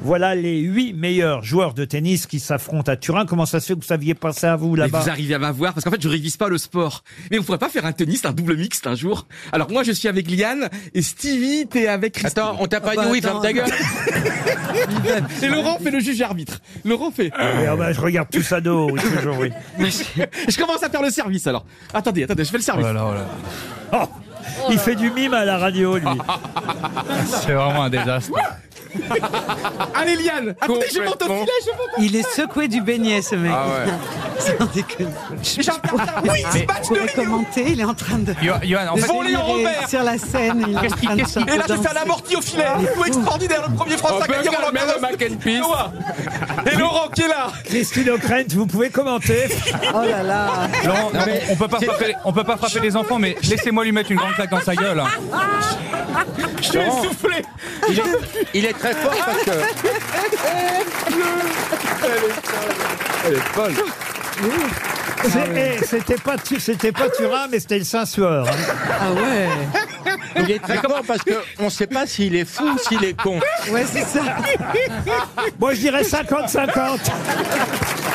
Voilà les 8 meilleurs joueurs de tennis qui s'affrontent à Turin. Comment ça se fait que vous saviez pas ça, vous, là-bas? Vous arrivez à m'avoir, parce qu'en fait, je révise pas le sport. Mais on pourrait pas faire un tennis, un double mixte un jour? Alors moi, je suis avec Liane, et Stevie, t'es avec Christine. Attends, on t'a pas dit oui, ferme ta gueule. Et Laurent fait le juge arbitre. Laurent fait... Je regarde tout ça d'eau, oui, toujours, oui. Je commence à faire le service, alors. Attendez, je fais le service. Oh, il fait du mime à la radio, lui. C'est vraiment un désastre. Allez, Liane. Attendez, je monte au filet, Il est secoué du beignet, ce mec. Ah ouais. Sans déconner. Oui, Vous pouvez commenter, il est en train de... Johan, en de fait, Bon, Léon délirer Robert. sur la scène. Il est en train de chanter, Et là, je fais un danser. amorti au filet. Coup extraordinaire, le premier Français à gagner Roland Même Garros. le mac and peas. Et Laurent qui est là. Christine O'Krent, vous pouvez commenter. Oh là là. Laurent, on peut pas frapper les enfants, mais laissez-moi lui mettre une grande claque dans sa gueule. Je suis essoufflé. Il est très fort parce que... Elle est folle. C'était pas Turin, mais c'était le Saint-Sueur. Ah ouais. Il est très fort parce que on sait pas s'il est fou ou s'il est con. Ouais, c'est ça. Moi, je dirais 50-50.